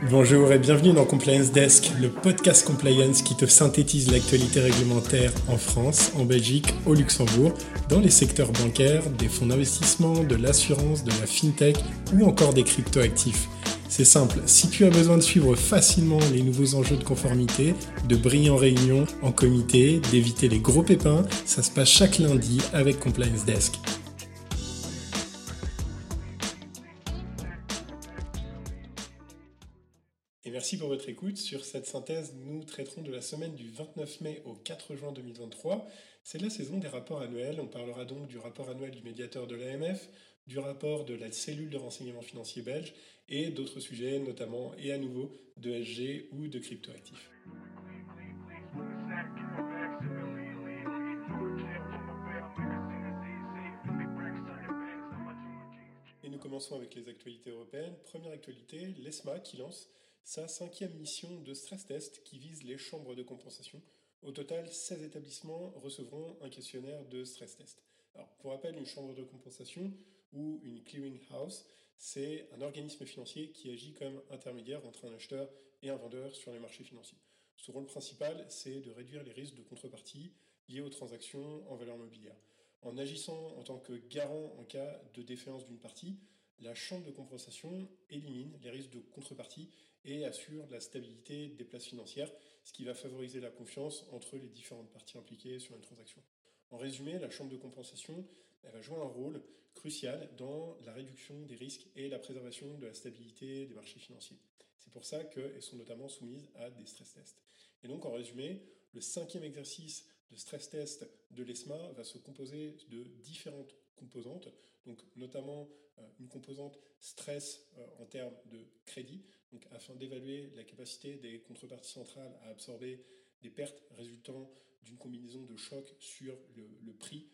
Bonjour et bienvenue dans Compliance Desk, le podcast compliance qui te synthétise l'actualité réglementaire en France, en Belgique, au Luxembourg, dans les secteurs bancaires, des fonds d'investissement, de l'assurance, de la fintech ou encore des cryptoactifs. C'est simple, si tu as besoin de suivre facilement les nouveaux enjeux de conformité, de briller en réunion, en comité, d'éviter les gros pépins, ça se passe chaque lundi avec Compliance Desk. Et merci pour votre écoute. Sur cette synthèse, nous traiterons de la semaine du 29 mai au 4 juin 2023. C'est la saison des rapports annuels. On parlera donc du rapport annuel du médiateur de l'AMF, du rapport de la cellule de renseignement financier belge et d'autres sujets, notamment et à nouveau de SG ou de cryptoactifs. Et nous commençons avec les actualités européennes. Première actualité, l'ESMA qui lance sa 5e mission de stress test qui vise les chambres de compensation. Au total, 16 établissements recevront un questionnaire de stress test. Alors, pour rappel, une chambre de compensation ou une clearing house, c'est un organisme financier qui agit comme intermédiaire entre un acheteur et un vendeur sur les marchés financiers. Son rôle principal, c'est de réduire les risques de contrepartie liés aux transactions en valeur mobilière. En agissant en tant que garant en cas de défaillance d'une partie, la chambre de compensation élimine les risques de contrepartie et assure la stabilité des places financières, ce qui va favoriser la confiance entre les différentes parties impliquées sur une transaction. En résumé, la chambre de compensation elle va jouer un rôle crucial dans la réduction des risques et la préservation de la stabilité des marchés financiers. C'est pour ça qu'elles sont notamment soumises à des stress tests. Et donc en résumé, le 5e exercice de stress test de l'ESMA va se composer de différentes composantes, donc notamment une composante stress en termes de crédit, donc afin d'évaluer la capacité des contreparties centrales à absorber des pertes résultant d'une combinaison de chocs sur le prix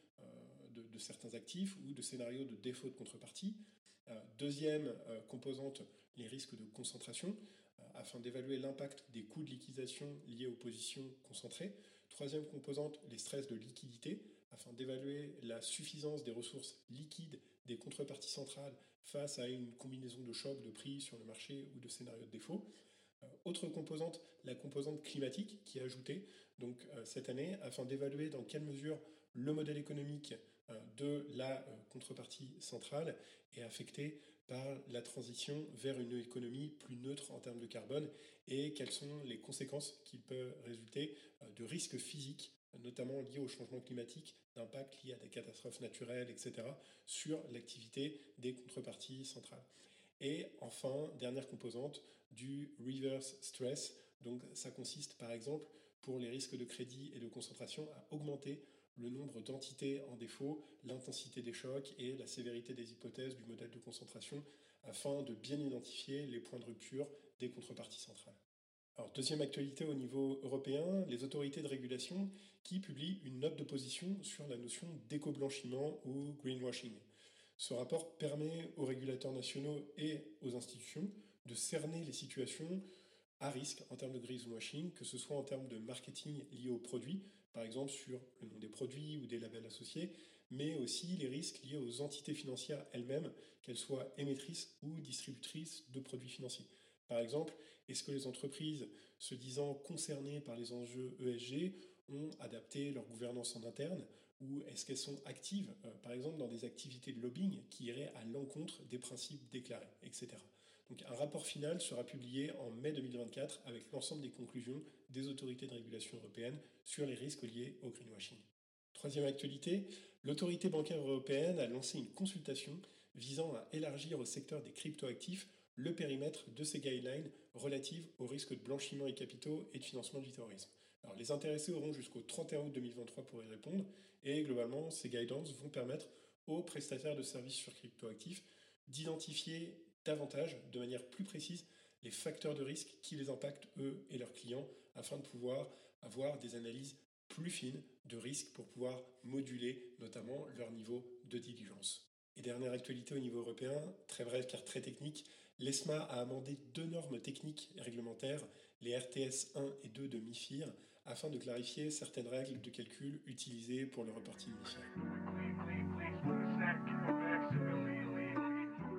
de certains actifs ou de scénarios de défaut de contrepartie. Deuxième composante, les risques de concentration, afin d'évaluer l'impact des coûts de liquidation liés aux positions concentrées. Troisième composante, les stress de liquidité, afin d'évaluer la suffisance des ressources liquides des contreparties centrales face à une combinaison de chocs de prix sur le marché ou de scénarios de défaut. Autre composante, la composante climatique qui est ajoutée donc, cette année afin d'évaluer dans quelle mesure le modèle économique de la contrepartie centrale est affecté par la transition vers une économie plus neutre en termes de carbone et quelles sont les conséquences qui peuvent résulter de risques physiques, notamment liés au changement climatique, d'impacts liés à des catastrophes naturelles, etc., sur l'activité des contreparties centrales. Et enfin, dernière composante, du reverse stress. Donc ça consiste par exemple pour les risques de crédit et de concentration à augmenter le nombre d'entités en défaut, l'intensité des chocs et la sévérité des hypothèses du modèle de concentration afin de bien identifier les points de rupture des contreparties centrales. Alors, deuxième actualité au niveau européen, les autorités de régulation qui publient une note de position sur la notion d'éco-blanchiment ou greenwashing. Ce rapport permet aux régulateurs nationaux et aux institutions de cerner les situations à risque en termes de greenwashing, que ce soit en termes de marketing lié aux produits, par exemple sur le nom des produits ou des labels associés, mais aussi les risques liés aux entités financières elles-mêmes, qu'elles soient émettrices ou distributrices de produits financiers. Par exemple, est-ce que les entreprises se disant concernées par les enjeux ESG ont adapté leur gouvernance en interne ou est-ce qu'elles sont actives, par exemple, dans des activités de lobbying qui iraient à l'encontre des principes déclarés, etc. Donc un rapport final sera publié en mai 2024 avec l'ensemble des conclusions des autorités de régulation européennes sur les risques liés au greenwashing. Troisième actualité, l'autorité bancaire européenne a lancé une consultation visant à élargir au secteur des cryptoactifs le périmètre de ces guidelines relatives aux risques de blanchiment et capitaux et de financement du terrorisme. Alors, les intéressés auront jusqu'au 31 août 2023 pour y répondre et globalement, ces guidelines vont permettre aux prestataires de services sur cryptoactifs d'identifier davantage, de manière plus précise, les facteurs de risque qui les impactent eux et leurs clients afin de pouvoir avoir des analyses plus fines de risque pour pouvoir moduler notamment leur niveau de diligence. Et dernière actualité au niveau européen, très brève car très technique, l'ESMA a amendé 2 normes techniques et réglementaires, les RTS 1 et 2 de MIFIR, afin de clarifier certaines règles de calcul utilisées pour le reporting MIFIR. Et nous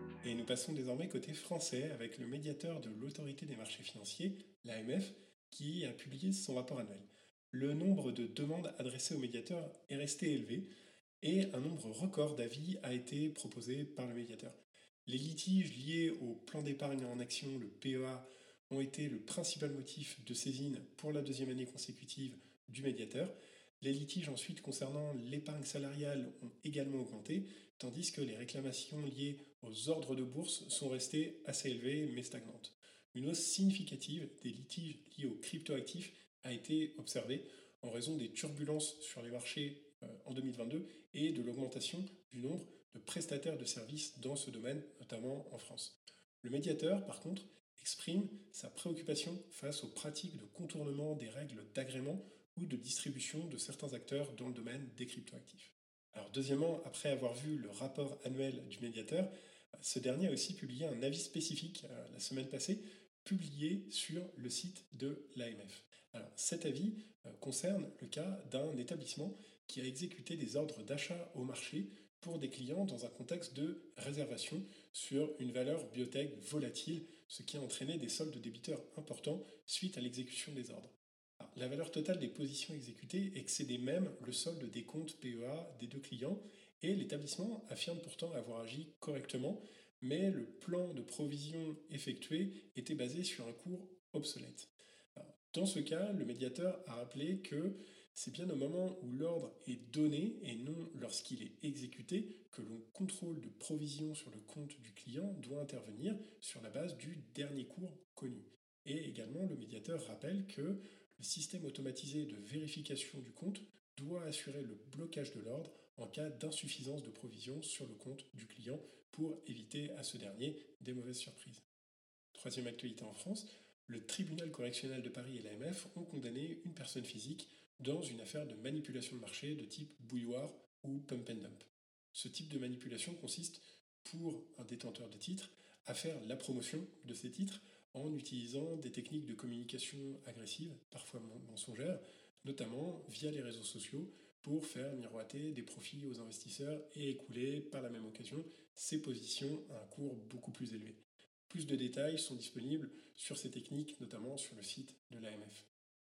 passons désormais côté français avec le médiateur de l'autorité des marchés financiers, l'AMF, qui a publié son rapport annuel. Le nombre de demandes adressées au médiateur est resté élevé et un nombre record d'avis a été proposé par le médiateur. Les litiges liés au plan d'épargne en action, le PEA, ont été le principal motif de saisine pour la deuxième année consécutive du médiateur. Les litiges ensuite concernant l'épargne salariale ont également augmenté, tandis que les réclamations liées aux ordres de bourse sont restées assez élevées mais stagnantes. Une hausse significative des litiges liés aux cryptoactifs a été observée en raison des turbulences sur les marchés en 2022 et de l'augmentation du nombre de prestataires de services dans ce domaine, notamment en France. Le médiateur, par contre, exprime sa préoccupation face aux pratiques de contournement des règles d'agrément ou de distribution de certains acteurs dans le domaine des cryptoactifs. Alors deuxièmement, après avoir vu le rapport annuel du médiateur, ce dernier a aussi publié un avis spécifique la semaine passée, publié sur le site de l'AMF. Alors cet avis concerne le cas d'un établissement qui a exécuté des ordres d'achat au marché pour des clients dans un contexte de réservation sur une valeur biotech volatile, ce qui a entraîné des soldes de débiteurs importants suite à l'exécution des ordres. Alors, la valeur totale des positions exécutées excédait même le solde des comptes PEA des deux clients et l'établissement affirme pourtant avoir agi correctement, mais le plan de provision effectué était basé sur un cours obsolète. Alors, dans ce cas, le médiateur a rappelé que c'est bien au moment où l'ordre est donné et non lorsqu'il est exécuté que le contrôle de provision sur le compte du client doit intervenir sur la base du dernier cours connu. Et également, le médiateur rappelle que le système automatisé de vérification du compte doit assurer le blocage de l'ordre en cas d'insuffisance de provision sur le compte du client pour éviter à ce dernier des mauvaises surprises. Troisième actualité en France, le tribunal correctionnel de Paris et l'AMF ont condamné une personne physique dans une affaire de manipulation de marché de type bouilloire ou pump and dump. Ce type de manipulation consiste, pour un détenteur de titres, à faire la promotion de ces titres en utilisant des techniques de communication agressives, parfois mensongères, notamment via les réseaux sociaux, pour faire miroiter des profits aux investisseurs et écouler par la même occasion ces positions à un cours beaucoup plus élevé. Plus de détails sont disponibles sur ces techniques, notamment sur le site de l'AMF.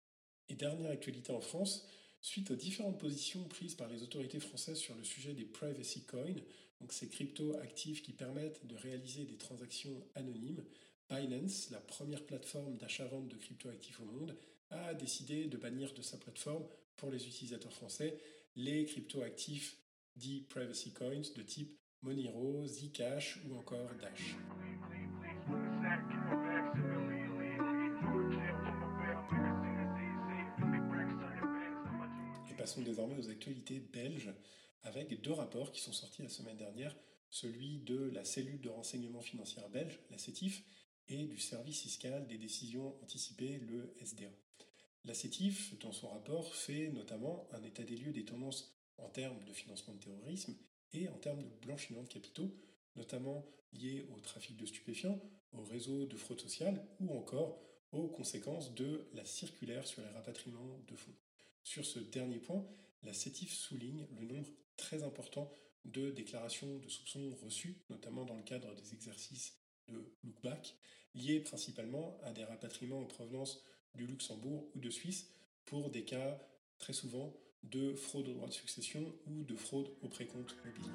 Et dernière actualité en France, suite aux différentes positions prises par les autorités françaises sur le sujet des privacy coins, donc ces crypto-actifs qui permettent de réaliser des transactions anonymes, Binance, la première plateforme d'achat-vente de crypto-actifs au monde, a décidé de bannir de sa plateforme pour les utilisateurs français les crypto-actifs dits privacy coins de type Monero, Zcash ou encore Dash. Et passons désormais aux actualités belges avec deux rapports qui sont sortis la semaine dernière, celui de la cellule de renseignement financier belge, la CETIF, et du service fiscal des décisions anticipées, le SDA. La CETIF, dans son rapport, fait notamment un état des lieux des tendances en termes de financement de terrorisme et en termes de blanchiment de capitaux, notamment liés au trafic de stupéfiants, au réseau de fraude sociale ou encore aux conséquences de la circulaire sur les rapatriements de fonds. Sur ce dernier point, la CETIF souligne le nombre très important de déclarations de soupçons reçues, notamment dans le cadre des exercices de look-back, liés principalement à des rapatriements en provenance du Luxembourg ou de Suisse pour des cas très souvent de fraude au droit de succession ou de fraude au précompte mobilier.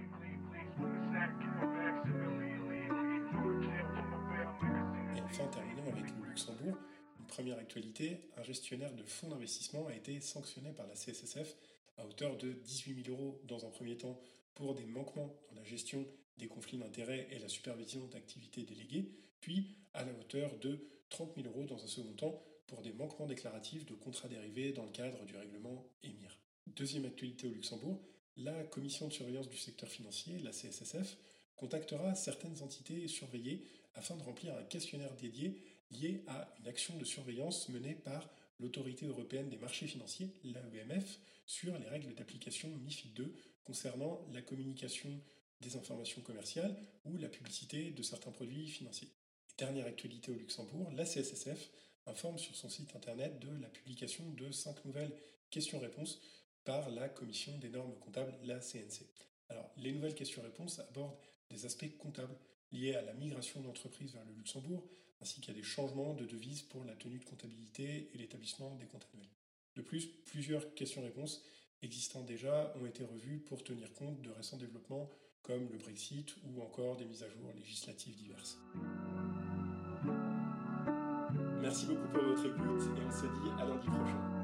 Et enfin, terminons avec le Luxembourg. Une première actualité, un gestionnaire de fonds d'investissement a été sanctionné par la CSSF à hauteur de 18 000 euros dans un premier temps pour des manquements dans la gestion des conflits d'intérêts et la supervision d'activités déléguées, puis à la hauteur de 30 000 euros dans un second temps pour des manquements déclaratifs de contrats dérivés dans le cadre du règlement EMIR. Deuxième actualité au Luxembourg, la commission de surveillance du secteur financier, la CSSF, contactera certaines entités surveillées afin de remplir un questionnaire dédié lié à une action de surveillance menée par l'Autorité européenne des marchés financiers, l'AEMF, sur les règles d'application MIFID 2 concernant la communication des informations commerciales ou la publicité de certains produits financiers. Et dernière actualité au Luxembourg, la CSSF informe sur son site internet de la publication de 5 nouvelles questions-réponses par la Commission des normes comptables, la CNC. Alors, les nouvelles questions-réponses abordent des aspects comptables liées à la migration d'entreprises vers le Luxembourg, ainsi qu'à des changements de devises pour la tenue de comptabilité et l'établissement des comptes annuels. De plus, plusieurs questions-réponses existant déjà ont été revues pour tenir compte de récents développements comme le Brexit ou encore des mises à jour législatives diverses. Merci beaucoup pour votre écoute et on se dit à lundi prochain.